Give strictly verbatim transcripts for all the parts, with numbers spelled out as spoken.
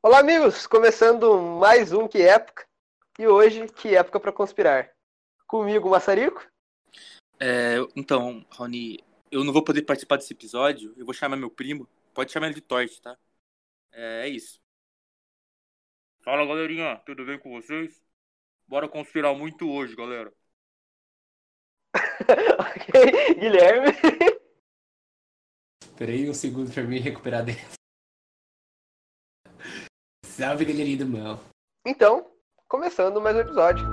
Olá, amigos! Começando mais um Que Época. E hoje, Que Época para Conspirar. Comigo, Massarico. É, então, Rony, eu não vou poder participar desse episódio. Eu vou chamar meu primo. Pode chamar ele de Torte, tá? É, é isso. Fala, galerinha. Tudo bem com vocês? Bora conspirar muito hoje, galera. Ok, Guilherme. Esperei um segundo pra mim recuperar dentro. Salve, galerinha do mal. Então, começando mais um episódio.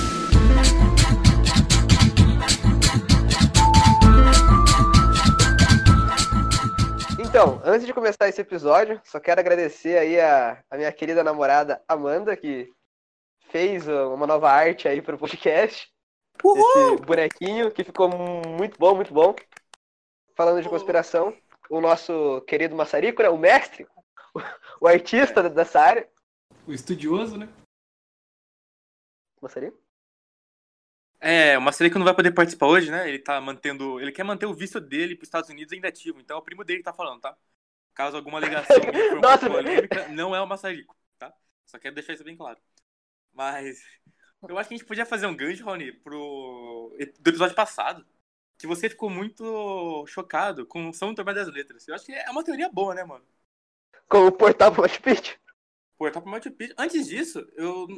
Então, antes de começar esse episódio, só quero agradecer aí a, a minha querida namorada Amanda, que fez uma nova arte aí pro podcast. Uhul! Esse bonequinho que ficou muito bom, muito bom. Falando de conspiração, o nosso querido Massarico, né, o mestre, o artista é. dessa área. O estudioso, né? Massarico? É, o Massarico não vai poder participar hoje, né? Ele tá mantendo. Ele quer manter o visto dele pros Estados Unidos ainda ativo. Então é o primo dele que tá falando, tá? Caso alguma alegação minha for um pouco polêmica, não é o Massarico, tá? Só quero deixar isso bem claro. Mas eu acho que a gente podia fazer um gancho, Rony, pro do episódio passado. Que você ficou muito chocado com São Tomé das Letras. Eu acho que é uma teoria boa, né, mano? Com o portal pro Machu Picchu? Portal pro Machu Picchu. Antes disso, eu...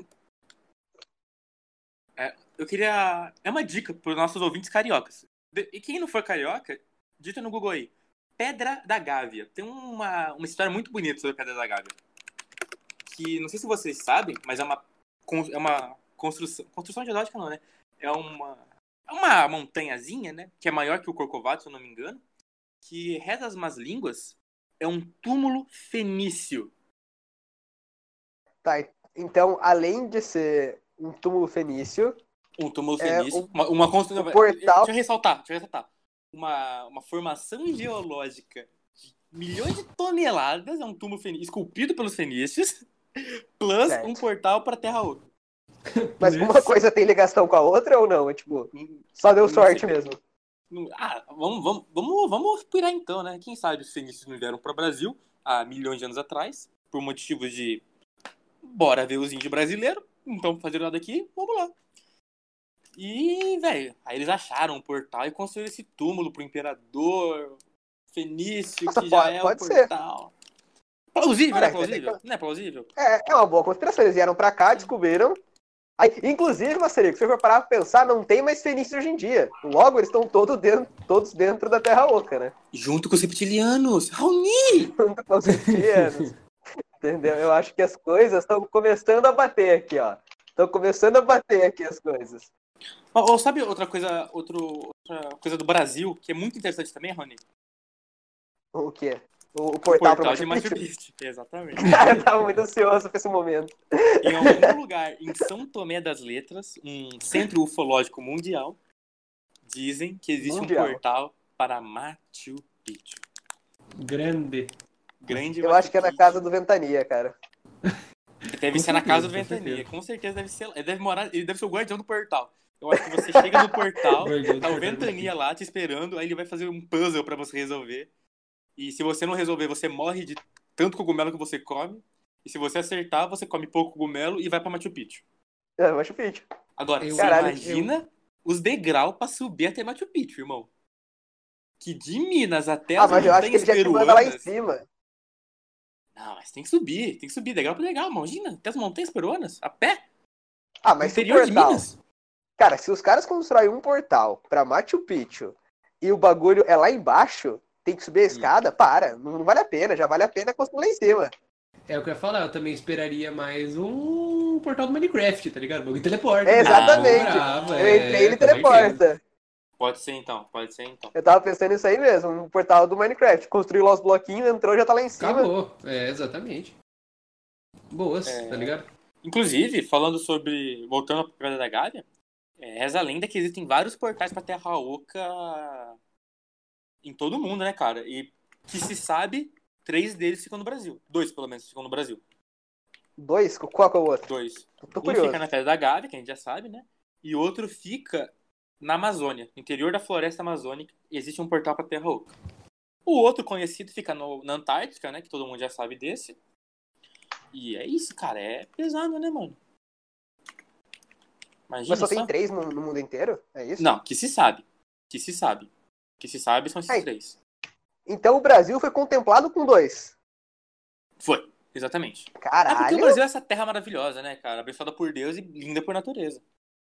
É, eu queria... É uma dica pros nossos ouvintes cariocas. E quem não for carioca, digita no Google aí. Pedra da Gávea. Tem uma, uma história muito bonita sobre a Pedra da Gávea. Que, não sei se vocês sabem, mas é uma, é uma construção... Construção geológica não, né? É uma... É uma montanhazinha, né? Que é maior que o Corcovado, se eu não me engano. Que, reza as más línguas, é um túmulo fenício. Tá, então, além de ser um túmulo fenício... Um túmulo é fenício. um, uma, uma construção... um portal... Deixa eu ressaltar, deixa eu ressaltar. Uma, uma formação geológica de milhões de toneladas. É um túmulo fenício, esculpido pelos fenícios. Plus certo. Um portal para Terra Oca. Mas uma coisa tem ligação com a outra ou não? É tipo, só deu sorte mesmo. Ah, vamos, vamos, vamos, vamos pirar então, né? Quem sabe os fenícios não vieram para o Brasil há milhões de anos atrás, por motivos de bora ver os índios brasileiros, não estão fazendo nada aqui, vamos lá. E, velho, aí eles acharam um portal e construíram esse túmulo pro imperador fenício, Nossa, que já pode, é o portal. Ser. Plausível, Parece, não é plausível? Não é plausível? É, é uma boa conspiração. Eles vieram pra cá, descobriram. Aí, inclusive, Massarico, se você for parar pra pensar, não tem mais fenícios hoje em dia. Logo, eles estão todos dentro, todos dentro da Terra Oca, né? Junto com os reptilianos! Raoni! Junto com os reptilianos. Entendeu? Eu acho que as coisas estão começando a bater aqui, ó. Estão começando a bater aqui as coisas. Oh, oh, sabe outra coisa, outro, outra coisa do Brasil que é muito interessante também, Rony? O quê? O, o portal, o portal de Machu Picchu. Exatamente. Cara, eu tava muito ansioso pra esse momento. Em algum lugar em São Tomé das Letras, um centro ufológico mundial, dizem que existe mundial. um portal para Machu Picchu. Grande. Grande Eu Machu acho que é na casa do Ventania, cara. Deve com ser certeza, na casa do Ventania. Com certeza deve ser. Ele deve morar. Ele deve ser o guardião do portal. Eu acho que você chega no portal, tá o Ventania lá te esperando, aí ele vai fazer um puzzle pra você resolver. E se você não resolver, você morre de tanto cogumelo que você come. E se você acertar, você come pouco cogumelo e vai pra Machu Picchu. É, Machu Picchu. Agora, eu, você caralho, imagina eu... os degraus pra subir até Machu Picchu, irmão. Que de Minas até ah, as mas eu acho que ele já te manda lá em cima. Não, mas tem que subir, tem que subir, degrau pra degrau, imagina, até as montanhas peruanas, a pé. Ah, mas no interior se o portal... de Minas. Cara, se os caras constroem um portal pra Machu Picchu e o bagulho é lá embaixo, tem que subir a escada, para, não vale a pena, já vale a pena construir lá em cima. É o que eu ia falar, eu também esperaria mais um portal do Minecraft, tá ligado? O bagulho teleporta. É, exatamente, ah, eu entrei e ele teleporta. Pode ser então, pode ser então. Eu tava pensando nisso aí mesmo, um portal do Minecraft, construiu lá os bloquinhos, entrou já tá lá em cima. Acabou, é, exatamente. Boas, é... tá ligado? Inclusive, falando sobre, voltando pra Pedra da Gávea, é, reza a lenda que existem vários portais pra Terra Oca em todo o mundo, né, cara? E que se sabe, três deles ficam no Brasil. Dois, pelo menos, ficam no Brasil. Dois? Qual que é o outro? Dois. Tô um curioso. fica na Pedra da Gávea, que a gente já sabe, né? E outro fica na Amazônia, no interior da floresta amazônica. Existe um portal pra Terra Oca. O outro conhecido fica no, na Antártica, né? Que todo mundo já sabe desse. E é isso, cara. É pesado, né, mano? Imagina Mas só só. tem três no, no mundo inteiro? É isso? Não, que se sabe. Que se sabe. Que se sabe são esses Ai. três. Então o Brasil foi contemplado com dois. Foi, exatamente. É porque o Caralho! Brasil é essa terra maravilhosa, né, cara? Abençoada por Deus e linda por natureza.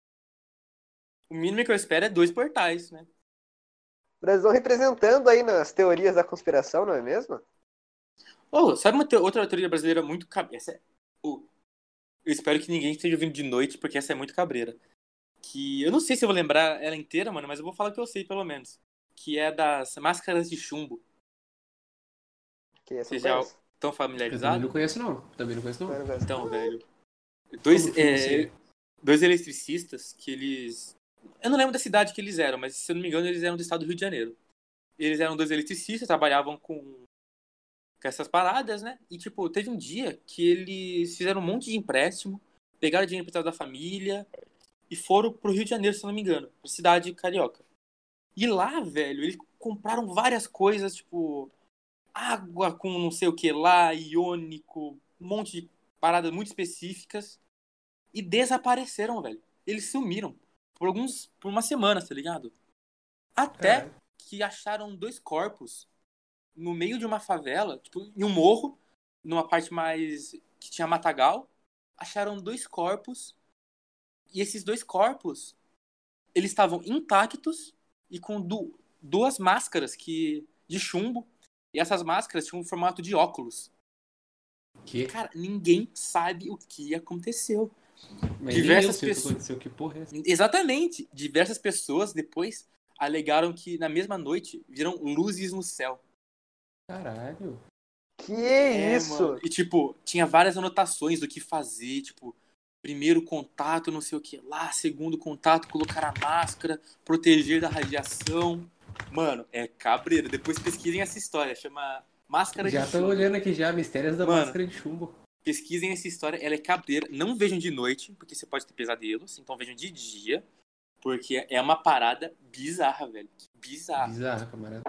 O mínimo que eu espero é dois portais, né? O Brasil representando aí nas teorias da conspiração, não é mesmo? Oh, sabe uma te- outra teoria brasileira muito cabreira? Essa é... oh, eu espero que ninguém esteja ouvindo de noite, porque essa é muito cabreira. Que eu não sei se eu vou lembrar ela inteira, mano, mas eu vou falar que eu sei, pelo menos. Que é das máscaras de chumbo. Que essa eu Vocês não já conheço. estão Eu também familiarizados? não conheço, não. Também não conheço, Eu não. não conheço. Então, velho. Dois, Como que é, você... dois eletricistas que eles... Eu não lembro da cidade que eles eram, mas se eu não me engano, eles eram do estado do Rio de Janeiro. Eles eram dois eletricistas, trabalhavam com, com essas paradas, né? E, tipo, teve um dia que eles fizeram um monte de empréstimo, pegaram dinheiro emprestado da família e foram pro Rio de Janeiro, se eu não me engano, pra cidade carioca. E lá, velho, eles compraram várias coisas, tipo, água com não sei o que lá, iônico, um monte de paradas muito específicas e desapareceram, velho. Eles sumiram por alguns, por uma semana, tá ligado? Até Caralho. que acharam dois corpos no meio de uma favela, tipo, em um morro, numa parte mais que tinha matagal, acharam dois corpos e esses dois corpos, eles estavam intactos e com du- duas máscaras que de chumbo, e essas máscaras tinham um formato de óculos. Que? Cara, ninguém sabe o que aconteceu. Mas Diversas nem eu sei o que pessoas- aconteceu. Que porra é essa? Exatamente. Diversas pessoas depois alegaram que na mesma noite viram luzes no céu. Caralho. Que É, isso? mano. E, tipo, tinha várias anotações do que fazer, tipo, primeiro contato, não sei o que lá, segundo contato, colocar a máscara, proteger da radiação. Mano, é cabreiro. Depois pesquisem essa história, chama Máscara Já de tô Chumbo. olhando aqui já, Mistérios da Mano. Máscara de Chumbo. Pesquisem essa história, ela é cabreira. Não vejam de noite, porque você pode ter pesadelos, então vejam de dia, porque é uma parada bizarra, velho. Bizarra. Bizarro, camarada.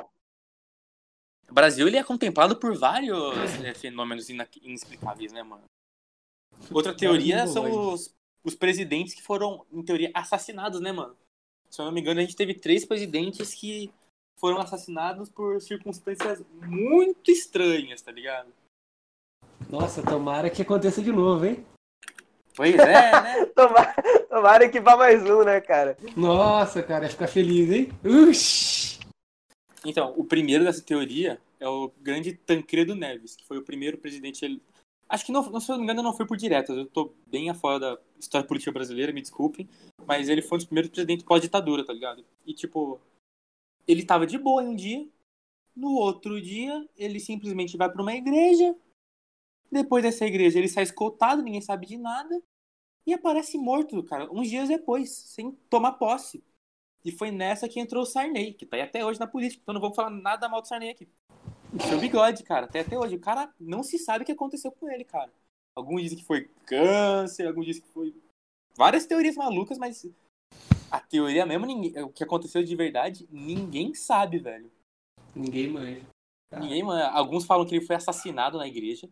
O Brasil, ele é contemplado por vários é, fenômenos ina- inexplicáveis, né, mano? Outra teoria Vários são mongoloides. os, os presidentes que foram, em teoria, assassinados, né, mano? Se eu não me engano, a gente teve três presidentes que foram assassinados por circunstâncias muito estranhas, tá ligado? Nossa, tomara que aconteça de novo, hein? Pois é, né? Tomara, tomara que vá mais um, né, cara? Nossa, cara, ia ficar feliz, hein? Uxi! Então, o primeiro dessa teoria é o grande Tancredo Neves, que foi o primeiro presidente... ele- Acho que, não, não, se eu não me engano, não foi por diretas. Eu tô bem afora da história política brasileira, me desculpem. Mas ele foi um dos primeiros presidentes pós-ditadura, tá ligado? E, tipo, ele tava de boa em um dia. No outro dia, ele simplesmente vai pra uma igreja. Depois dessa igreja, ele sai escoltado, ninguém sabe de nada. E aparece morto, cara, uns dias depois, sem tomar posse. E foi nessa que entrou o Sarney, que tá aí até hoje na política. Então não vamos falar nada mal do Sarney aqui. Seu bigode, cara, até até hoje. O cara não se sabe o que aconteceu com ele, cara. Alguns dizem que foi câncer, alguns dizem que foi... Várias teorias malucas, mas a teoria mesmo, ninguém... o que aconteceu de verdade, ninguém sabe, velho. Ninguém manja. Tá. Ninguém, mano. Alguns falam que ele foi assassinado na igreja.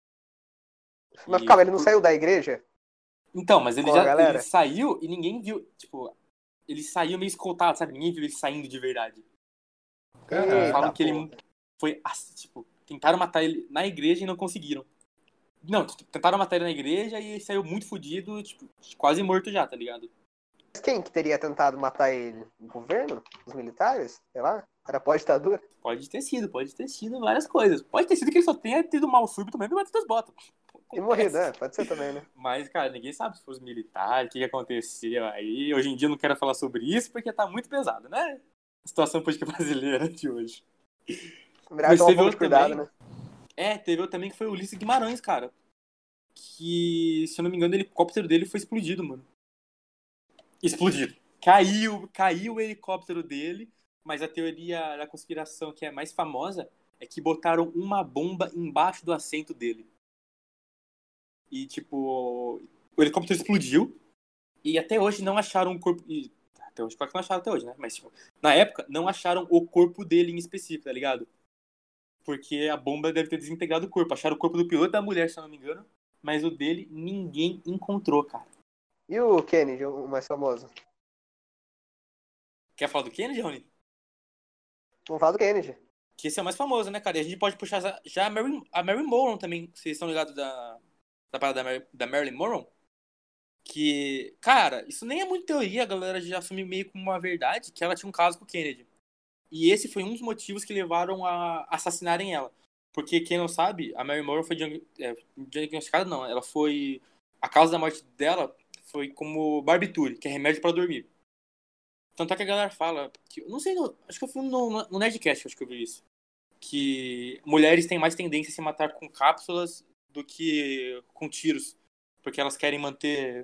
Mas E- calma, ele não saiu da igreja? Então, mas ele Com a já galera? ele saiu e ninguém viu. Tipo, ele saiu meio escoltado, sabe? Ninguém viu ele saindo de verdade. Caralho. Eita, Falam que ele porra. foi. ass- Tipo, tentaram matar ele na igreja e não conseguiram. Não, t- tentaram matar ele na igreja e ele saiu muito fodido, tipo, quase morto já, tá ligado? Mas quem que teria tentado matar ele? O governo? Os militares? Sei lá? Era pós-ditadura? Pode ter sido, pode ter sido várias coisas. Pode ter sido que ele só tenha tido mal súbito mesmo e batido as botas. E morrido, né? Pode ser também, né? Mas, cara, ninguém sabe se foi os militares, o que, que aconteceu aí. Hoje em dia eu não quero falar sobre isso porque tá muito pesado, né? A situação política brasileira de hoje. Melhor Mas tomar um teve pouco de outro cuidado, também. né? É, teve outro também que foi o Ulisses Guimarães, cara. Que, se eu não me engano, o helicóptero dele foi explodido, mano. Explodido. Caiu, caiu o helicóptero dele, mas a teoria da conspiração que é mais famosa é que botaram uma bomba embaixo do assento dele. E, tipo, o helicóptero explodiu e até hoje não acharam o corpo... E, até hoje, claro que não acharam até hoje, né? Mas, tipo, na época, não acharam o corpo dele em específico, tá ligado? Porque a bomba deve ter desintegrado o corpo. Acharam o corpo do piloto e da mulher, se eu não me engano. mas o dele ninguém encontrou, cara. E o Kennedy, o mais famoso? Quer falar do Kennedy, Rony? Vamos falar do Kennedy. Que esse é o mais famoso, né, cara? E a gente pode puxar já- já a Marilyn, a Marilyn Monroe também. Vocês estão ligados da, da parada da, Mar- da Marilyn Monroe? Que, cara, isso nem é muito teoria, a galera já assume meio como uma verdade, que ela tinha um caso com o Kennedy. E esse foi um dos motivos que levaram a assassinarem ela. Porque, quem não sabe, a Marilyn Monroe foi diag- é, diagnosticada, não. Ela foi... A causa da morte dela foi como barbitúrico, que é remédio pra dormir. Tanto é que a galera fala... Que, não sei, no- acho que eu fui no, no Nerdcast, acho que eu vi isso. Que mulheres têm mais tendência a se matar com cápsulas do que com tiros. Porque elas querem manter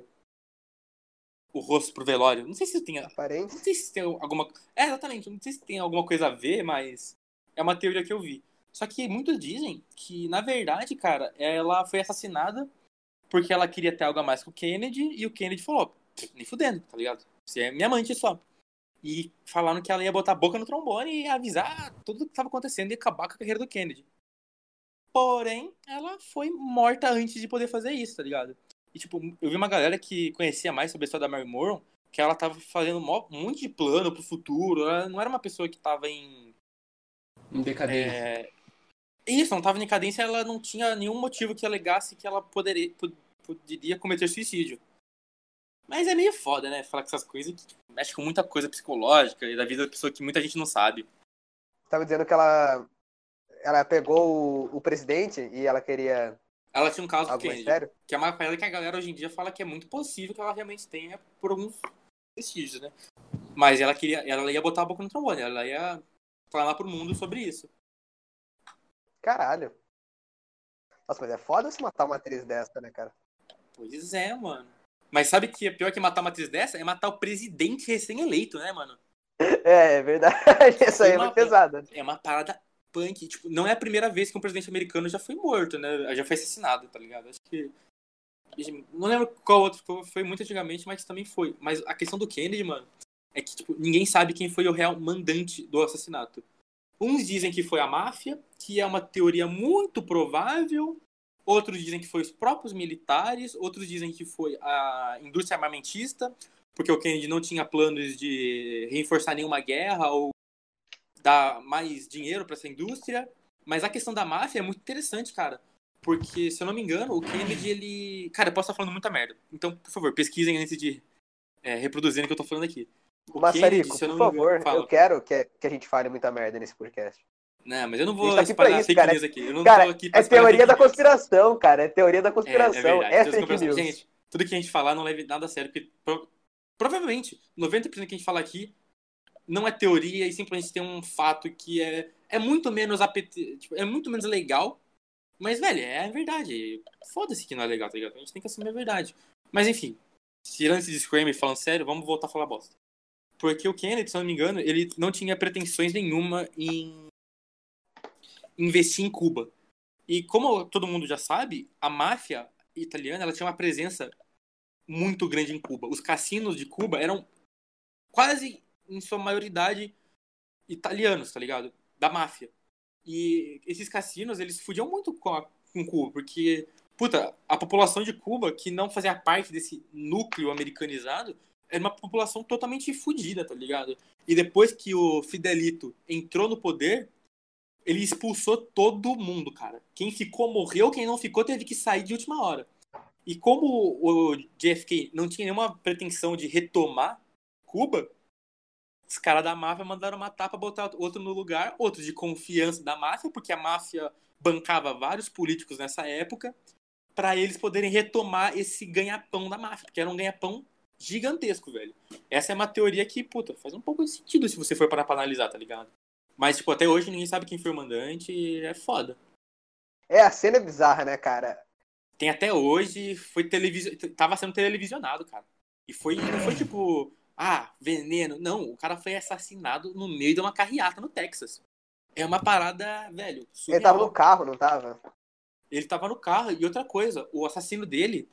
o rosto pro velório. Não sei se tem... Não Aparente. sei se tem alguma... É, exatamente. Não sei se tem alguma coisa a ver, mas é uma teoria que eu vi. Só que muitos dizem que, na verdade, cara, ela foi assassinada porque ela queria ter algo a mais com o Kennedy e o Kennedy falou, nem fudendo, tá ligado? Você é minha amante só. E falaram que ela ia botar a boca no trombone e avisar tudo o que estava acontecendo e acabar com a carreira do Kennedy. Porém, ela foi morta antes de poder fazer isso, tá ligado? E, tipo, eu vi uma galera que conhecia mais sobre a história da Marilyn Monroe, que ela tava fazendo mó- um monte de plano pro futuro. Ela não era uma pessoa que tava em... Em decadência. É... Isso, não tava em decadência, ela não tinha nenhum motivo que alegasse que ela poderia, pod- poderia cometer suicídio. Mas é meio foda, né? Falar com essas coisas que tipo, mexe com muita coisa psicológica e da vida da pessoa que muita gente não sabe. Tava dizendo que ela, ela pegou o, o presidente e ela queria Ela tinha um caso com o algo mais Kennedy, sério. que é uma coisa que a galera hoje em dia fala que é muito possível que ela realmente tenha por alguns vestígios, né? Mas ela queria, ela ia botar a boca no trombone, ela ia falar pro mundo sobre isso. Caralho. Nossa, mas é foda se matar uma atriz dessa, né, cara? Pois é, mano. Mas sabe que é pior que matar uma atriz dessa? É matar o presidente recém-eleito, né, mano? É, é verdade. Essa aí é uma, muito pesada. É uma parada punk. Tipo, não é a primeira vez que um presidente americano já foi morto, né? Já foi assassinado, tá ligado? Acho que... Não lembro qual outro foi muito antigamente, mas também foi. Mas a questão do Kennedy, mano, é que tipo, ninguém sabe quem foi o real mandante do assassinato. Uns dizem que foi a máfia, que é uma teoria muito provável. Outros dizem que foi os próprios militares. Outros dizem que foi a indústria armamentista, porque o Kennedy não tinha planos de reforçar nenhuma guerra ou dar mais dinheiro para essa indústria. Mas a questão da máfia é muito interessante, cara. Porque, se eu não me engano, o Kennedy, ele... Cara, eu posso estar falando muita merda. Então, por favor, pesquisem antes de é, reproduzir o que eu tô falando aqui. O Kennedy, Maçarico, se eu por não me engano... favor, Fala. eu quero que, que a gente fale muita merda nesse podcast. Não, mas eu não A gente vou tá aqui pra espalhar isso, fake cara. news aqui. Eu não Cara, tô aqui pra é espalhar teoria fake da news. conspiração, cara. É teoria da É, é conspiração. verdade. É Teoria da fake conspiração. news. Gente, tudo que a gente falar não leve nada a sério, porque pro- provavelmente noventa por cento que a gente fala aqui não é teoria e simplesmente tem um fato que é, é muito menos apet... tipo, é muito menos legal. Mas, velho, é verdade. Foda-se que não é legal, tá ligado? A gente tem que assumir a verdade. Mas, enfim, tirando esse disclaimer e falando sério, vamos voltar a falar bosta. Porque o Kennedy, se eu não me engano, ele não tinha pretensões nenhuma em investir em Cuba. E como todo mundo já sabe, a máfia italiana ela tinha uma presença muito grande em Cuba. Os cassinos de Cuba eram quase, em sua maioridade, italianos, tá ligado? Da máfia. E esses cassinos, eles fudiam muito com, a, com Cuba, porque, puta, a população de Cuba, que não fazia parte desse núcleo americanizado, era uma população totalmente fudida, tá ligado? E depois que o Fidelito entrou no poder, ele expulsou todo mundo, cara. Quem ficou morreu, quem não ficou teve que sair de última hora. E como o J F K não tinha nenhuma pretensão de retomar Cuba, os caras da máfia mandaram matar pra botar outro no lugar, outro de confiança da máfia, porque a máfia bancava vários políticos nessa época, pra eles poderem retomar esse ganha-pão da máfia, porque era um ganha-pão gigantesco, velho. Essa é uma teoria que, puta, faz um pouco de sentido se você for parar pra analisar, tá ligado? Mas, tipo, até hoje ninguém sabe quem foi o mandante e é foda. É, a cena é bizarra, né, cara? Tem até hoje, foi televisão, tava sendo televisionado, cara. E foi, não foi tipo, ah, veneno. Não, o cara foi assassinado no meio de uma carreata no Texas. É uma parada, velho, surreal. Ele tava no carro, não tava? Ele tava no carro. E outra coisa, o assassino dele,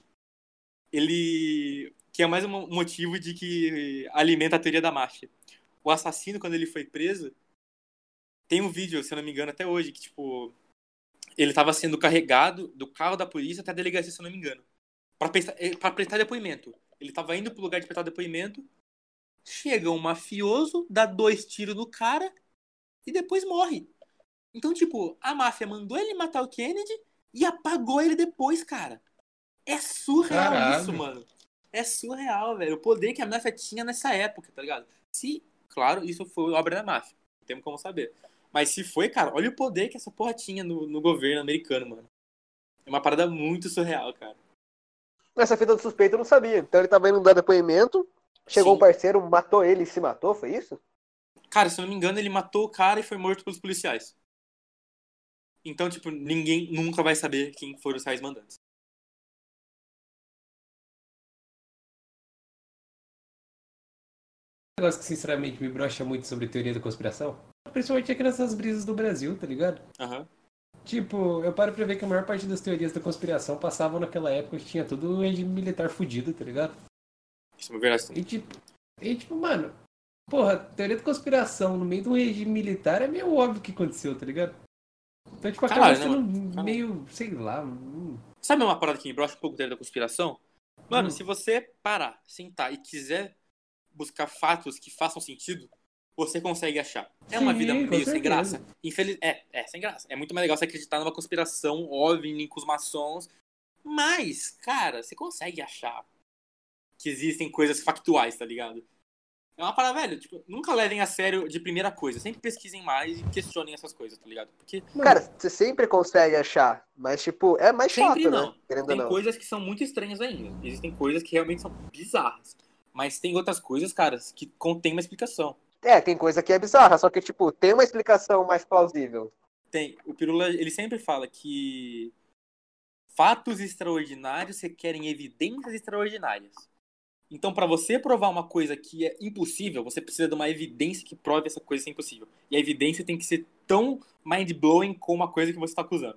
ele... Que é mais um motivo de que alimenta a teoria da máfia. O assassino, quando ele foi preso, tem um vídeo, se eu não me engano, até hoje, que, tipo... ele estava sendo carregado do carro da polícia até a delegacia, se eu não me engano, para prestar, pra prestar depoimento. Ele estava indo pro lugar de prestar depoimento, chega um mafioso, dá dois tiros no cara e depois morre. Então, tipo, a máfia mandou ele matar o Kennedy e apagou ele depois, cara. É surreal Caralho. isso, mano. É surreal, velho. O poder que a máfia tinha nessa época, tá ligado? Se, claro, isso foi obra da máfia. Não temos como saber. Mas se foi, cara, olha o poder que essa porra tinha no, no governo americano, mano. É uma parada muito surreal, cara. Essa fita do suspeito eu não sabia. Então ele tava indo dar depoimento, chegou Sim. um parceiro, matou ele e se matou, foi isso? Cara, se eu não me engano, ele matou o cara e foi morto pelos policiais. Então, tipo, ninguém nunca vai saber quem foram os reais mandantes. Um negócio que sinceramente me brocha muito sobre teoria da conspiração, principalmente aqui nessas brisas do Brasil, tá ligado? Aham. Tipo, eu paro pra ver que a maior parte das teorias da conspiração passavam naquela época que tinha tudo o regime militar fudido, tá ligado? Isso é uma verdade também. E tipo, e tipo, mano, porra, teoria da conspiração no meio de um regime militar é meio óbvio que aconteceu, tá ligado? Então, tipo, acaba Caralho, né, sendo mano? Caralho. meio, sei lá. hum, Sabe uma parada que me brocha um pouco da conspiração? Mano, Hum. se você parar, sentar e quiser buscar fatos que façam sentido, você consegue achar. É uma Sim, vida com meio sem certeza. graça? Infeliz... É, é sem graça. É muito mais legal você acreditar numa conspiração OVNI com os maçons. Mas, cara, você consegue achar que existem coisas factuais, tá ligado? É uma parada, velho, tipo, nunca levem a sério de primeira coisa. Sempre pesquisem mais e questionem essas coisas, tá ligado? Porque Mano, Cara, você sempre consegue achar, mas tipo, é mais sempre chato, não. né? Querendo ou Tem não. coisas que são muito estranhas ainda. Existem coisas que realmente são bizarras. Mas tem outras coisas, cara, que contêm uma explicação. É, tem coisa que é bizarra, só que tipo, tem uma explicação mais plausível. Tem. O Pirula, ele sempre fala que fatos extraordinários requerem evidências extraordinárias. Então, pra você provar uma coisa que é impossível, você precisa de uma evidência que prove essa coisa ser impossível. E a evidência tem que ser tão mind-blowing como a coisa que você tá acusando.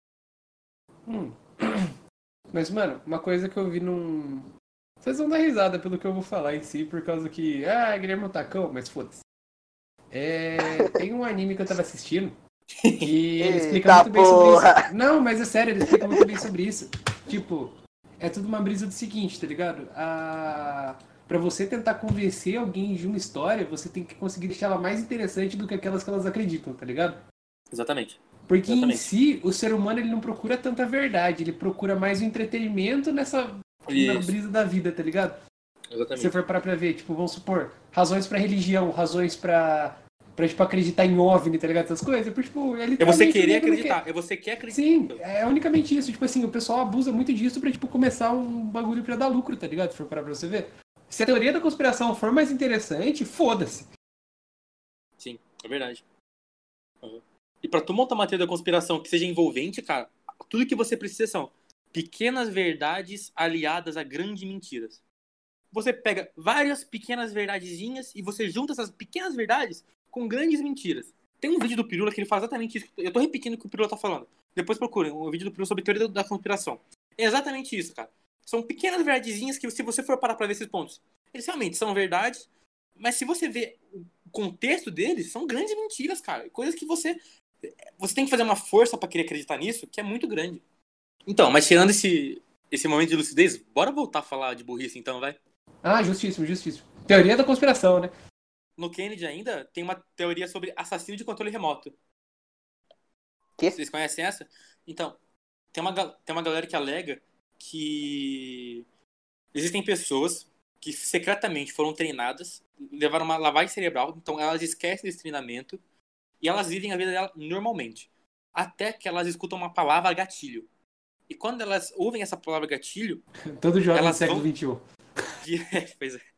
hum. Mas, mano, uma coisa que eu vi num. Vocês vão dar risada pelo que eu vou falar em si, por causa que. Ah, Guilherme Tacão, mas foda-se. É... Tem um anime que eu tava assistindo que ele explica Eita muito bem sobre porra! isso. Não, mas é sério, ele explica muito bem sobre isso. Tipo, é tudo uma brisa do seguinte, tá ligado? A... Pra você tentar convencer alguém de uma história, você tem que conseguir deixar ela mais interessante do que aquelas que elas acreditam, tá ligado? Exatamente. Porque Exatamente. em si, o ser humano ele não procura tanta verdade, ele procura mais o entretenimento nessa na Isso. brisa da vida, tá ligado? Se Exatamente. você for parar pra ver, tipo, vamos supor, razões pra religião, razões pra, pra tipo, acreditar em OVNI, tá ligado? Essas coisas, tipo, é É você literalmente querer o nego não acreditar. quer- É você quer acreditar. Sim, é unicamente isso. Tipo assim, o pessoal abusa muito disso pra, tipo, começar um bagulho pra dar lucro, tá ligado? Se for parar pra você ver. Se a teoria da conspiração for mais interessante, foda-se. Sim, é verdade. Uhum. E pra tu montar uma teoria da conspiração que seja envolvente, cara, tudo que você precisa são pequenas verdades aliadas a grandes mentiras. Você pega várias pequenas verdadezinhas e você junta essas pequenas verdades com grandes mentiras. Tem um vídeo do Pirula que ele faz exatamente isso. Eu tô repetindo o que o Pirula tá falando. Depois procurem um vídeo do Pirula sobre teoria da conspiração. É exatamente isso, cara. São pequenas verdadezinhas que, se você for parar pra ver esses pontos, eles realmente são verdades, mas se você ver o contexto deles, são grandes mentiras, cara. Coisas que você... Você tem que fazer uma força pra querer acreditar nisso, que é muito grande. Então, mas tirando esse, esse momento de lucidez, bora voltar a falar de burrice então, vai? Ah, justíssimo, justíssimo. Teoria da conspiração, né? No Kennedy ainda tem uma teoria sobre assassino de controle remoto. Que? Vocês conhecem essa? Então, tem uma, ga- tem uma galera que alega que existem pessoas que secretamente foram treinadas, levaram uma lavagem cerebral, então elas esquecem desse treinamento e elas vivem a vida dela normalmente. Até que elas escutam uma palavra gatilho. E quando elas ouvem essa palavra gatilho, Todo jovem do elas século vão... vinte e um. Pois é.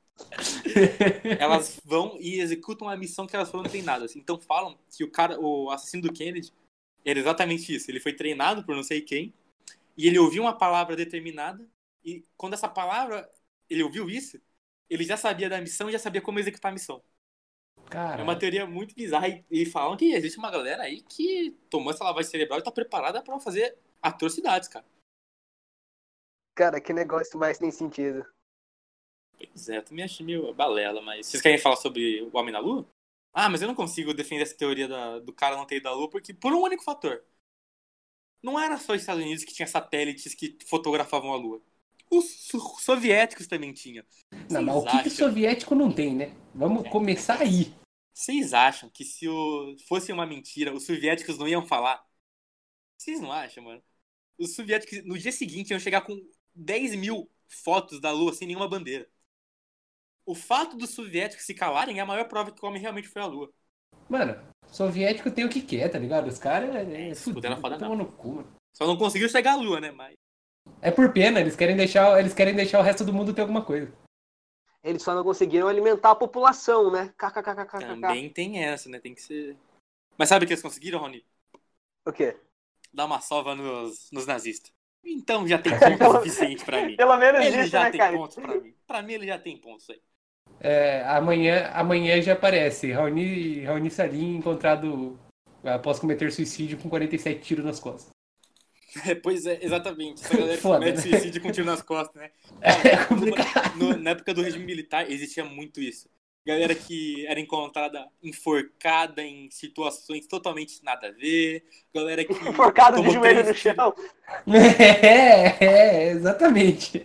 Elas vão e executam a missão que elas foram treinadas. Então falam que o cara, o assassino do Kennedy, era exatamente isso. Ele foi treinado por não sei quem e ele ouviu uma palavra determinada e quando essa palavra, ele ouviu isso, ele já sabia da missão e já sabia como executar a missão. É uma Cara, teoria muito bizarra e, e falam que existe uma galera aí que tomou essa lavagem cerebral e tá preparada pra fazer atrocidades, cara. Cara, que negócio mais tem sentido. Pois é, eu também acho meio balela, mas... Vocês querem falar sobre o Homem na Lua? Ah, mas eu não consigo defender essa teoria da- do cara não ter ido à Lua porque por um único fator. não era só os Estados Unidos que tinha satélites que fotografavam a Lua. Os so- soviéticos também tinham. Não, Vocês mas o que, que o acham, soviético não tem, né? Vamos começar aí. vocês acham que se o, fosse uma mentira, os soviéticos não iam falar? Vocês não acham, mano? Os soviéticos, no dia seguinte, iam chegar com dez mil fotos da Lua sem nenhuma bandeira. O fato dos soviéticos se calarem é a maior prova que o homem realmente foi à Lua. Mano, soviético tem o que quer, tá ligado? Os caras é, É, é se puder, não fudido, foda toma não. no cu, mano. Só não conseguiu chegar à Lua, né? Mas É por pena, eles querem deixar, eles querem deixar o resto do mundo ter alguma coisa. Eles só não conseguiram alimentar a população, né? KKKKKK. também tem essa, né? Tem que ser... Mas sabe o que eles conseguiram, Rony? O quê? Dar uma sova nos, nos nazistas. Então já tem ponto Pelo- suficiente pra mim. Pelo menos Ele isso, já né, tem cara? pontos pra mim. Pra mim ele já tem pontos aí. É, amanhã, amanhã já aparece. Raoni, Raoni Salim encontrado após cometer suicídio com quarenta e sete tiros nas costas. É, pois é, exatamente. Essa galera que Foda, comete né? suicídio com tiro nas costas, né? É Cara, complicado. no- na época do regime militar existia muito isso. Galera que era encontrada enforcada em situações totalmente nada a ver. Galera que Enforcado de tomou joelho três no tiros- chão. É, é, exatamente.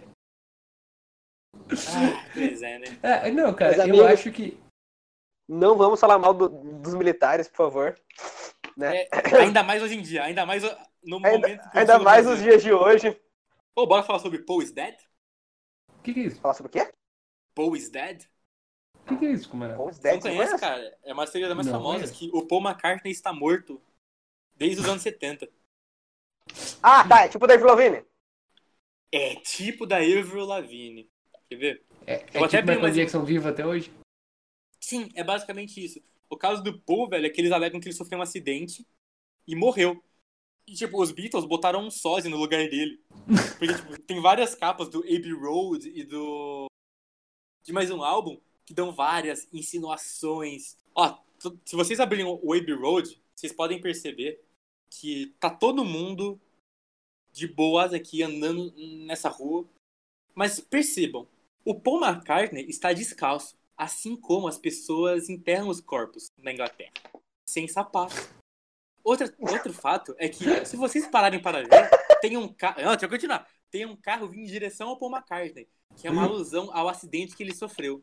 Ah, pois é, né? É, não, cara, Mas, eu amigo, acho que. Não vamos falar mal do- dos militares, por favor. Né? É, ainda mais hoje em dia, ainda mais no momento Ainda, que eu ainda estou no mais Brasil. nos dias de hoje. Pô, bora falar sobre Paul is Dead? O que, que é isso? Falar sobre o quê? Paul is Dead? O que, que é isso, camarada? Paul is Você Dead, não você conhece, conhece? cara? É uma das teorias mais Não famosas conheço. que o Paul McCartney está morto desde os anos setenta. Ah, tá. É tipo o Dave Lavigne. É tipo da Avril Lavigne. Quer ver? É, Eu é até tipo abri Michael mais um- Jackson vivo até hoje? Sim, é basicamente isso. O caso do Paul, velho, é que eles alegam que ele sofreu um acidente e morreu. E, tipo, os Beatles botaram um sósia no lugar dele. Porque, tipo, tem várias capas do Abbey Road e do... de mais um álbum que dão várias insinuações. Ó, t- se vocês abrirem o Abbey Road, vocês podem perceber que tá todo mundo de boas aqui andando nessa rua. Mas percebam, o Paul McCartney está descalço, assim como as pessoas enterram os corpos na Inglaterra, sem sapato. Outra, outro fato é que, se vocês pararem para ver, tem um carro... Não, deixa eu continuar. Tem um carro vindo em direção ao Paul McCartney, que é uma alusão ao acidente que ele sofreu.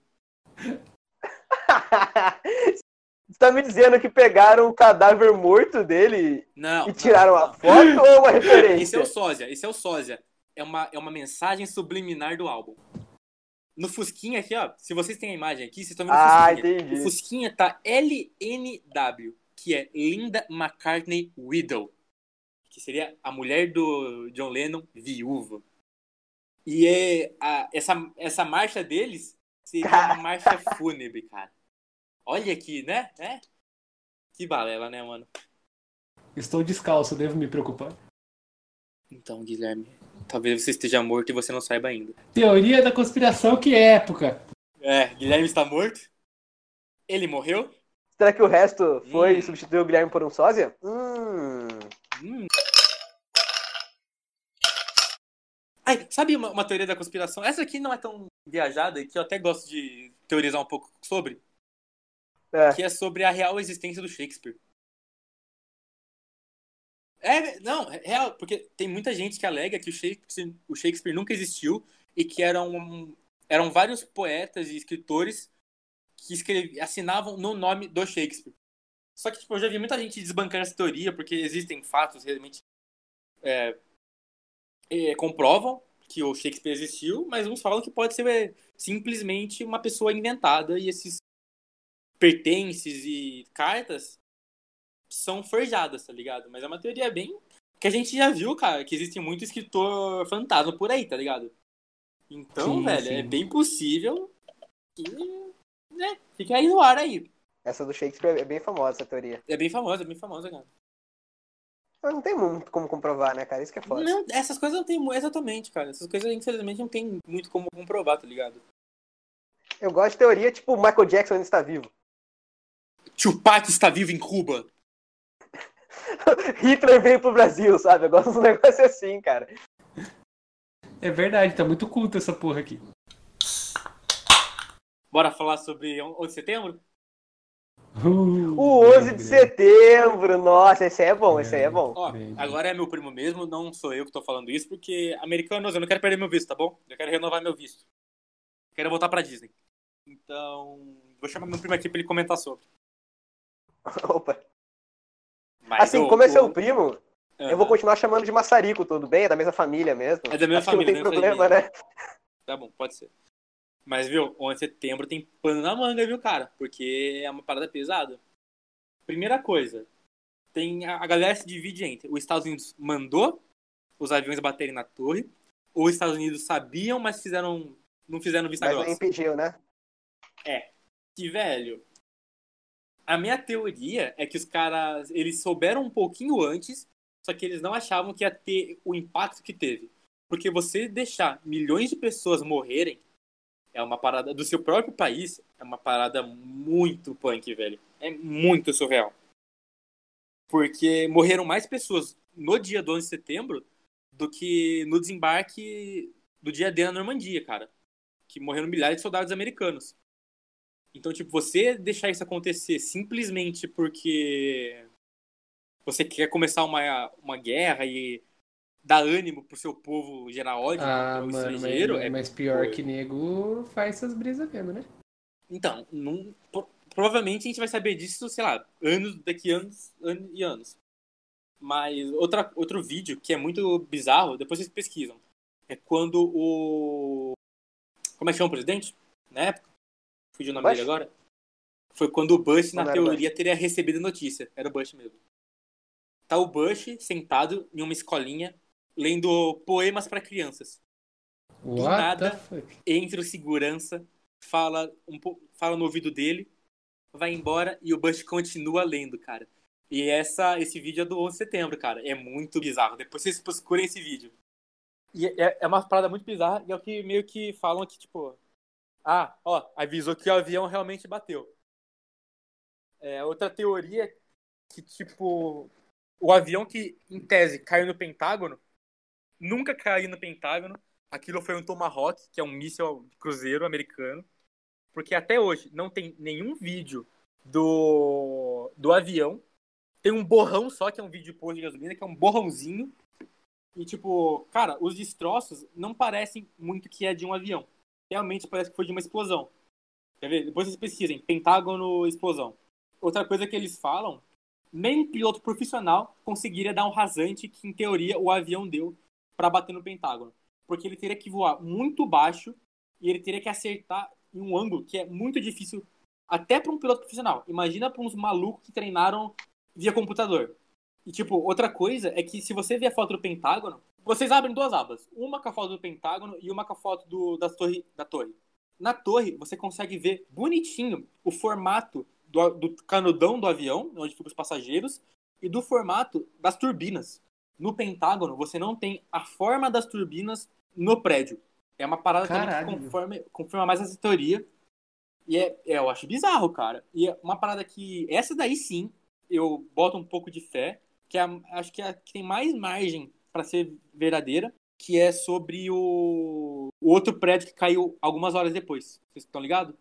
Você tá me dizendo que pegaram o cadáver morto dele Não, e tiraram não, a não. foto ou uma Esse é referência? o sósia, esse é o sósia. É uma, é uma mensagem subliminar do álbum. No Fusquinha aqui, ó, se vocês têm a imagem aqui, vocês estão vendo o Ah, Fusquinha. entendi. O Fusquinha tá L N W, que é Linda McCartney Widow, que seria a mulher do John Lennon viúva. E é a, essa, essa marcha deles seria uma marcha fúnebre, cara. Olha aqui, né? né? Que balela, né, mano? Estou descalço, devo me preocupar. Então, Guilherme, talvez você esteja morto e você não saiba ainda. Teoria da conspiração, que época? É, Guilherme está morto? Ele morreu? Será que o resto foi Hum. substituir o Guilherme por um sósia? Hum. Hum. Ai, sabe uma, uma teoria da conspiração? Essa aqui não é tão viajada e que eu até gosto de teorizar um pouco sobre, É. que é sobre a real existência do Shakespeare. É, não, é real, porque tem muita gente que alega que o Shakespeare, o Shakespeare nunca existiu e que eram, eram vários poetas e escritores que escrevi, assinavam no nome do Shakespeare. Só que tipo, eu já vi muita gente desbancando essa teoria, porque existem fatos realmente é, é, comprovam que o Shakespeare existiu, mas uns falam que pode ser é, simplesmente uma pessoa inventada e esses pertences e cartas são forjadas, tá ligado? Mas é uma teoria bem... que a gente já viu, cara, que existe muito escritor fantasma por aí, tá ligado? Então, Sim, velho, sim. é bem possível que... né, fica aí no ar aí. Essa do Shakespeare é bem famosa, essa teoria. É bem famosa, é bem famosa, cara. Mas não tem muito como comprovar, né, cara? Isso que é foda. Não, essas coisas não tem... mu- Exatamente, cara. Essas coisas, infelizmente, não tem muito como comprovar, tá ligado? Eu gosto de teoria tipo Michael Jackson ainda está vivo. Tupac está vivo em Cuba. Hitler veio pro Brasil, sabe? Eu gosto de um negócio assim, cara. É verdade, tá muito culto essa porra aqui. Bora falar sobre onze de setembro? Uh, O onze de grande, setembro, nossa, esse aí é bom, esse aí é bom. Ó, grande. agora é meu primo mesmo, não sou eu que tô falando isso, porque americanos, eu não quero perder meu visto, tá bom? Eu quero renovar meu visto. Quero voltar pra Disney. Então, vou chamar meu primo aqui pra ele comentar sobre. Opa. Mas, Assim, ô, como é seu ô, primo, eu vou aham. continuar chamando de Maçarico, tudo bem? É da mesma família mesmo. É da mesma Acho que não família, tem da mesma problema, família. né? Tá bom, pode ser. Mas, viu, onze de setembro tem pano na manga, viu, cara? Porque é uma parada pesada. Primeira coisa, tem a, a galera se divide entre os Estados Unidos mandou os aviões baterem na torre, ou os Estados Unidos sabiam, mas fizeram, não fizeram vista Mas não grossa. impediu, né? É. Que, velho, a minha teoria é que os caras, eles souberam um pouquinho antes, só que eles não achavam que ia ter o impacto que teve. Porque você deixar milhões de pessoas morrerem é uma parada do seu próprio país, é uma parada muito punk, velho. É muito surreal. Porque morreram mais pessoas no dia do onze de setembro do que no desembarque do dia D na Normandia, cara. Que morreram milhares de soldados americanos. Então, tipo, você deixar isso acontecer simplesmente porque você quer começar uma, uma guerra e dar ânimo pro seu povo gerar ódio Ah, contra o mano, mas, estrangeiro, mas, é... mas pior Pô, que nego faz essas brisas mesmo, né? então, não, pro- provavelmente a gente vai saber disso, sei lá, anos, daqui anos, anos e anos. Mas outra, outro vídeo que é muito bizarro, depois vocês pesquisam, é quando o... Como é que chama o presidente? Na época? Fugiu o nome dele Bush? agora? Foi quando o Bush, Ou na não era Bush? teoria, teria recebido a notícia. Era o Bush mesmo. Tá o Bush sentado em uma escolinha, lendo poemas para crianças. Do What the nada, fuck? entra o segurança, fala, um po... fala no ouvido dele, vai embora e o Bush continua lendo, cara. E essa, esse vídeo é do onze de setembro, cara. É muito bizarro. Depois vocês procurem esse vídeo. E é, é uma parada muito bizarra e é o que meio que falam que, tipo... Ah, ó, avisou que o avião realmente bateu. É, outra teoria é que, tipo... O avião que, em tese, caiu no Pentágono, nunca caiu no Pentágono. Aquilo foi um Tomahawk, que é um míssil cruzeiro americano. Porque até hoje não tem nenhum vídeo do, do avião. Tem um borrão só, que é um vídeo de posto de gasolina, que é um borrãozinho. E, tipo, cara, os destroços não parecem muito que é de um avião. Realmente parece que foi de uma explosão. Quer ver? Depois vocês pesquisem. Pentágono, explosão. Outra coisa que eles falam, nem piloto profissional conseguiria dar um rasante que, em teoria, o avião deu para bater no Pentágono. Porque ele teria que voar muito baixo e ele teria que acertar em um ângulo que é muito difícil até para um piloto profissional. Imagina para uns malucos que treinaram via computador. E, tipo, outra coisa é que se você ver a foto do Pentágono, vocês abrem duas abas. Uma com a foto do Pentágono e uma com a foto do, das torre, da torre. Na torre, você consegue ver bonitinho o formato do, do canudão do avião, onde ficam os passageiros, e do formato das turbinas. No Pentágono, você não tem a forma das turbinas no prédio. É uma parada também que Caralho. conforme, confirma mais essa teoria. E é, é, eu acho bizarro, cara. E é uma parada que... Essa daí sim, eu boto um pouco de fé, que é, a- acho que é a que tem mais margem para ser verdadeira, que é sobre o, o outro prédio que caiu algumas horas depois. Vocês estão ligados?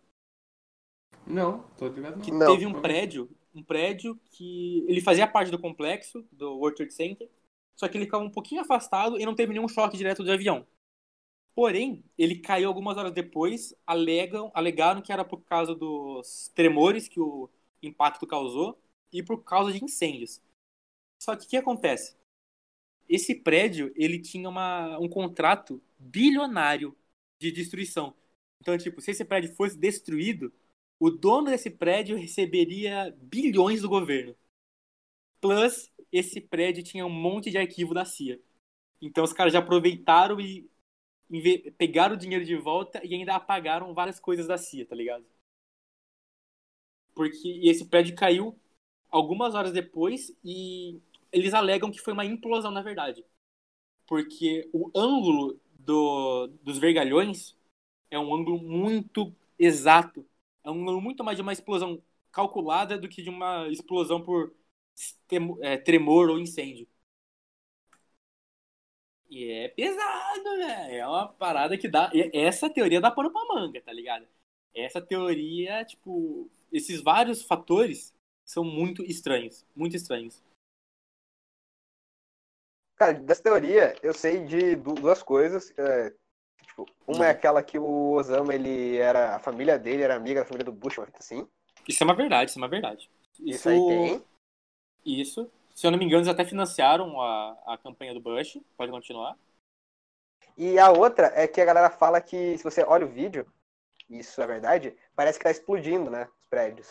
Não, tô ligado Que não. teve Não. um Vamos ver. prédio, um prédio que ele fazia parte do complexo do World Trade Center, só que ele ficava um pouquinho afastado e não teve nenhum choque direto de avião. Porém, ele caiu algumas horas depois, alegam, alegaram que era por causa dos tremores que o impacto causou e por causa de incêndios. Só que o que acontece? Esse prédio, ele tinha uma, um contrato bilionário de destruição. Então, tipo, se esse prédio fosse destruído, o dono desse prédio receberia bilhões do governo. Plus, esse prédio tinha um monte de arquivo da C I A. Então, os caras já aproveitaram e inve- pegaram o dinheiro de volta e ainda apagaram várias coisas da C I A, tá ligado? Porque e esse prédio caiu algumas horas depois e eles alegam que foi uma implosão, na verdade. Porque o ângulo do, dos vergalhões é um ângulo muito exato. É um ângulo muito mais de uma explosão calculada do que de uma explosão por temo- é, tremor ou incêndio. E é pesado, velho. É uma parada que dá. e Essa teoria dá pano pra manga, tá ligado? Essa teoria, tipo. Esses vários fatores são muito estranhos. Muito estranhos. Cara, dessa teoria, eu sei de du- duas coisas. É, tipo, uma é Uhum. aquela que o Osama, ele era. A família dele era amiga da família do Bush, uma coisa assim. Isso é uma verdade, isso é uma verdade. Isso aí Isso, tem. isso. Se eu não me engano, eles até financiaram a, a campanha do Bush. Pode continuar. E a outra é que a galera fala que, se você olha o vídeo, isso é verdade, parece que tá explodindo, né? Os prédios.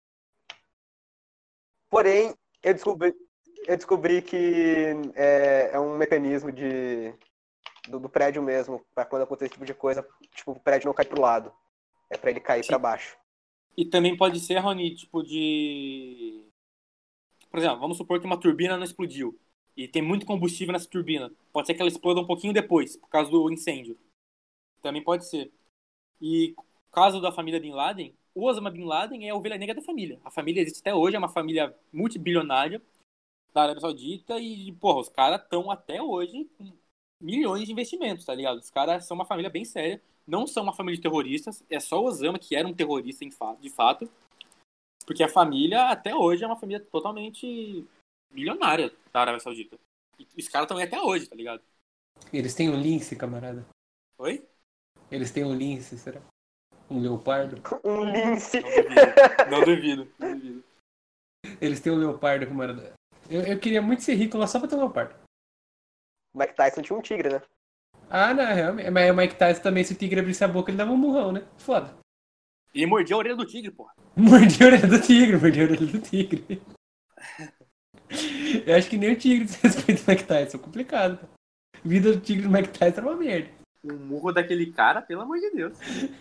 Porém, eu descobri, eu descobri que é, é um mecanismo de, do, do prédio mesmo, pra quando acontecer esse tipo de coisa, tipo, o prédio não cai pro lado. É pra ele cair pra Sim. baixo. E também pode ser, Rony, tipo de... Por exemplo, vamos supor que uma turbina não explodiu. E tem muito combustível nessa turbina. Pode ser que ela exploda um pouquinho depois, por causa do incêndio. Também pode ser. E caso da família Bin Laden, o Osama Bin Laden é a ovelha negra da família. A família existe até hoje, é uma família multibilionária da Arábia Saudita e, porra, os caras estão até hoje com milhões de investimentos, tá ligado? Os caras são uma família bem séria, não são uma família de terroristas, é só o Osama que era um terrorista de fato, porque a família até hoje é uma família totalmente milionária da Arábia Saudita. E os caras estão aí até hoje, tá ligado? Eles têm um lince, camarada. Oi? Eles têm um lince, será? Um leopardo? Um lince. Não duvido, não duvido. Eles têm um leopardo, camarada. Eu, eu queria muito ser rico lá só pra ter um leopardo. O Mike Tyson tinha um tigre, né? Ah, não, realmente. Mas o Mike Tyson também, se o tigre abrisse a boca, ele dava um murrão, né? Foda. E mordia a orelha do tigre, porra. Mordeu a orelha do tigre, mordeu a orelha do tigre. Eu acho que nem o tigre desrespeita o Mike Tyson. É complicado. A vida do tigre do Mike Tyson era uma merda. O murro daquele cara, pelo amor de Deus.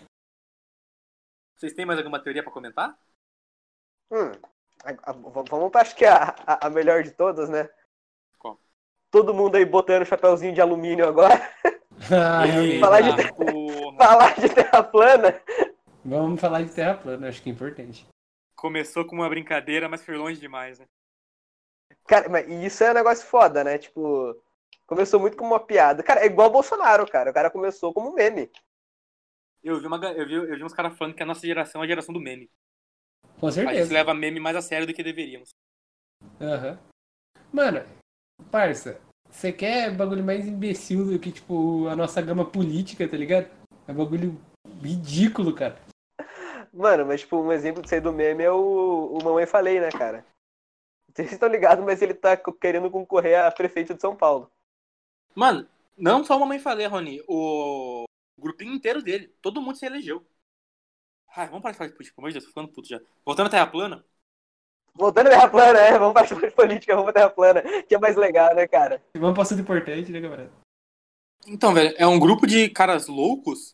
Vocês têm mais alguma teoria pra comentar? Hum, a- a- vamos pra, acho que a, a, a melhor de todas, né? Qual? Todo mundo aí botando chapéuzinho de alumínio agora. Ah, realmente. Falar de- Eita, porra. Falar de terra plana. Vamos falar de terra plana, acho que é importante. Começou com uma brincadeira, mas foi longe demais, né? Cara, mas isso é um negócio foda, né? Tipo, começou muito como uma piada. Cara, é igual o Bolsonaro, cara. O cara começou como um meme. Eu vi, uma, ga- eu vi, eu vi uns caras falando que a nossa geração é a geração do meme. Com A gente certeza. leva meme mais a sério do que deveríamos. Aham. Mano, parça, você quer bagulho mais imbecil do que, tipo, a nossa gama política, tá ligado? É bagulho ridículo, cara. Mano, mas tipo, um exemplo disso aí do meme é o, o Mamãe Falei, né, cara? Vocês estão ligados, mas ele tá co- querendo concorrer a prefeito de São Paulo. Mano, não só a mamãe falei, Rony. O grupinho inteiro dele. Todo mundo se elegeu. Ai, vamos parar de falar de política, pelo amor de Deus, tô ficando puto já. Voltando à Terra plana. Voltando à Terra Plana, é, vamos pra de política, vamos pra Terra Plana, que é mais legal, né, cara? Vamos pra assunto importante, né, camarada? Então, velho, é um grupo de caras loucos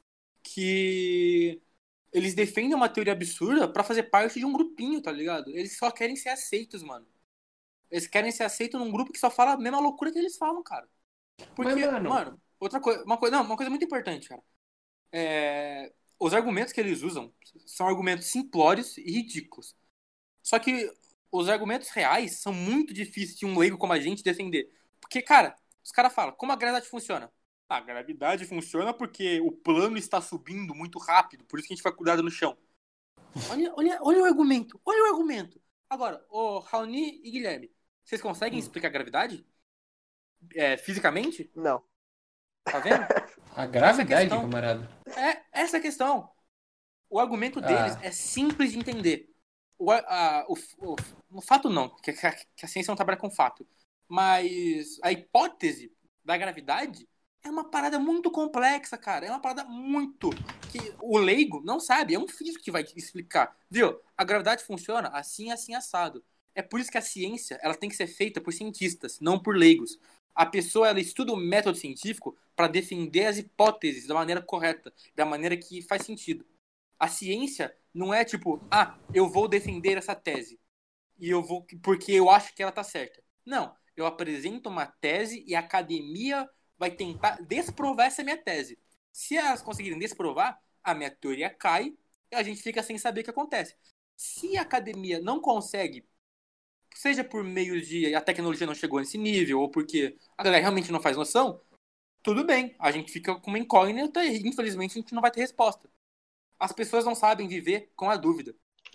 que eles defendem uma teoria absurda pra fazer parte de um grupinho, tá ligado? Eles só querem ser aceitos, mano. Eles querem ser aceitos num grupo que só fala a mesma loucura que eles falam, cara. Porque, Mas, mano- mano, outra coisa, uma coisa, não, uma coisa muito importante, cara. É, os argumentos que eles usam são argumentos simplórios e ridículos. Só que os argumentos reais são muito difíceis de um leigo como a gente defender. Porque, cara, os caras falam, como a gravidade funciona? Ah, a gravidade funciona porque o plano está subindo muito rápido, por isso que a gente vai cuidado no chão. Olha, olha, olha o argumento, olha o argumento. Agora, o Raoni e Guilherme, vocês conseguem explicar a gravidade? É, fisicamente? Não. Tá vendo? A gravidade, questão- camarada. É essa a questão. O argumento Ah. deles é simples de entender. O, a, o, o, o fato não, que, que, a, que a ciência não trabalha com fato. Mas a hipótese da gravidade é uma parada muito complexa, cara. É uma parada muito... que o leigo não sabe. É um físico que vai explicar. Viu? A gravidade funciona assim, assim, assado. É por isso que a ciência ela tem que ser feita por cientistas, não por leigos. A pessoa ela estuda o método científico para defender as hipóteses da maneira correta, da maneira que faz sentido. A ciência não é tipo, ah, eu vou defender essa tese e eu vou porque eu acho que ela tá certa. Não, eu apresento uma tese e a academia vai tentar desprovar essa minha tese. Se elas conseguirem desprovar, a minha teoria cai e a gente fica sem saber o que acontece. Se a academia não consegue, seja por meio de a tecnologia não chegou nesse nível ou porque a galera realmente não faz noção, tudo bem, a gente fica com uma incógnita e infelizmente a gente não vai ter resposta. As pessoas não sabem viver com a dúvida.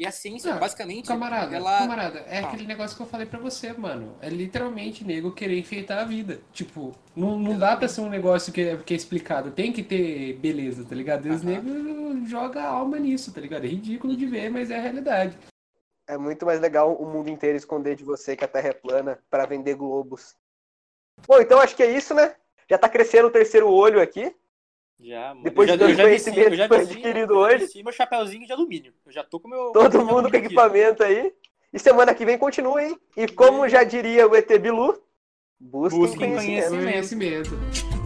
E a ciência, Não, basicamente, Camarada, ela... camarada, é Ah. aquele negócio que eu falei pra você, mano. É literalmente nego querer enfeitar a vida. Tipo, não, não dá pra ser um negócio que é, que é explicado. Tem que ter beleza, tá ligado? E os Aham. negros jogam alma nisso, tá ligado? É ridículo de ver, mas é a realidade. É muito mais legal o mundo inteiro esconder de você que a Terra é plana pra vender globos. Bom, então acho que é isso, né? Já tá crescendo o terceiro olho aqui. Já, mano. Depois eu de já, todo eu já vesti, conhecimento eu já que foi vesti, adquirido eu já hoje. vesti meu chapéuzinho de alumínio. Eu já tô com meu... Todo meu mundo com alumínio aqui. equipamento aí. E semana que vem continua, hein? E como já diria o E T Bilu, busquem Busquem conhecimento. conhecimento. Conhecimento.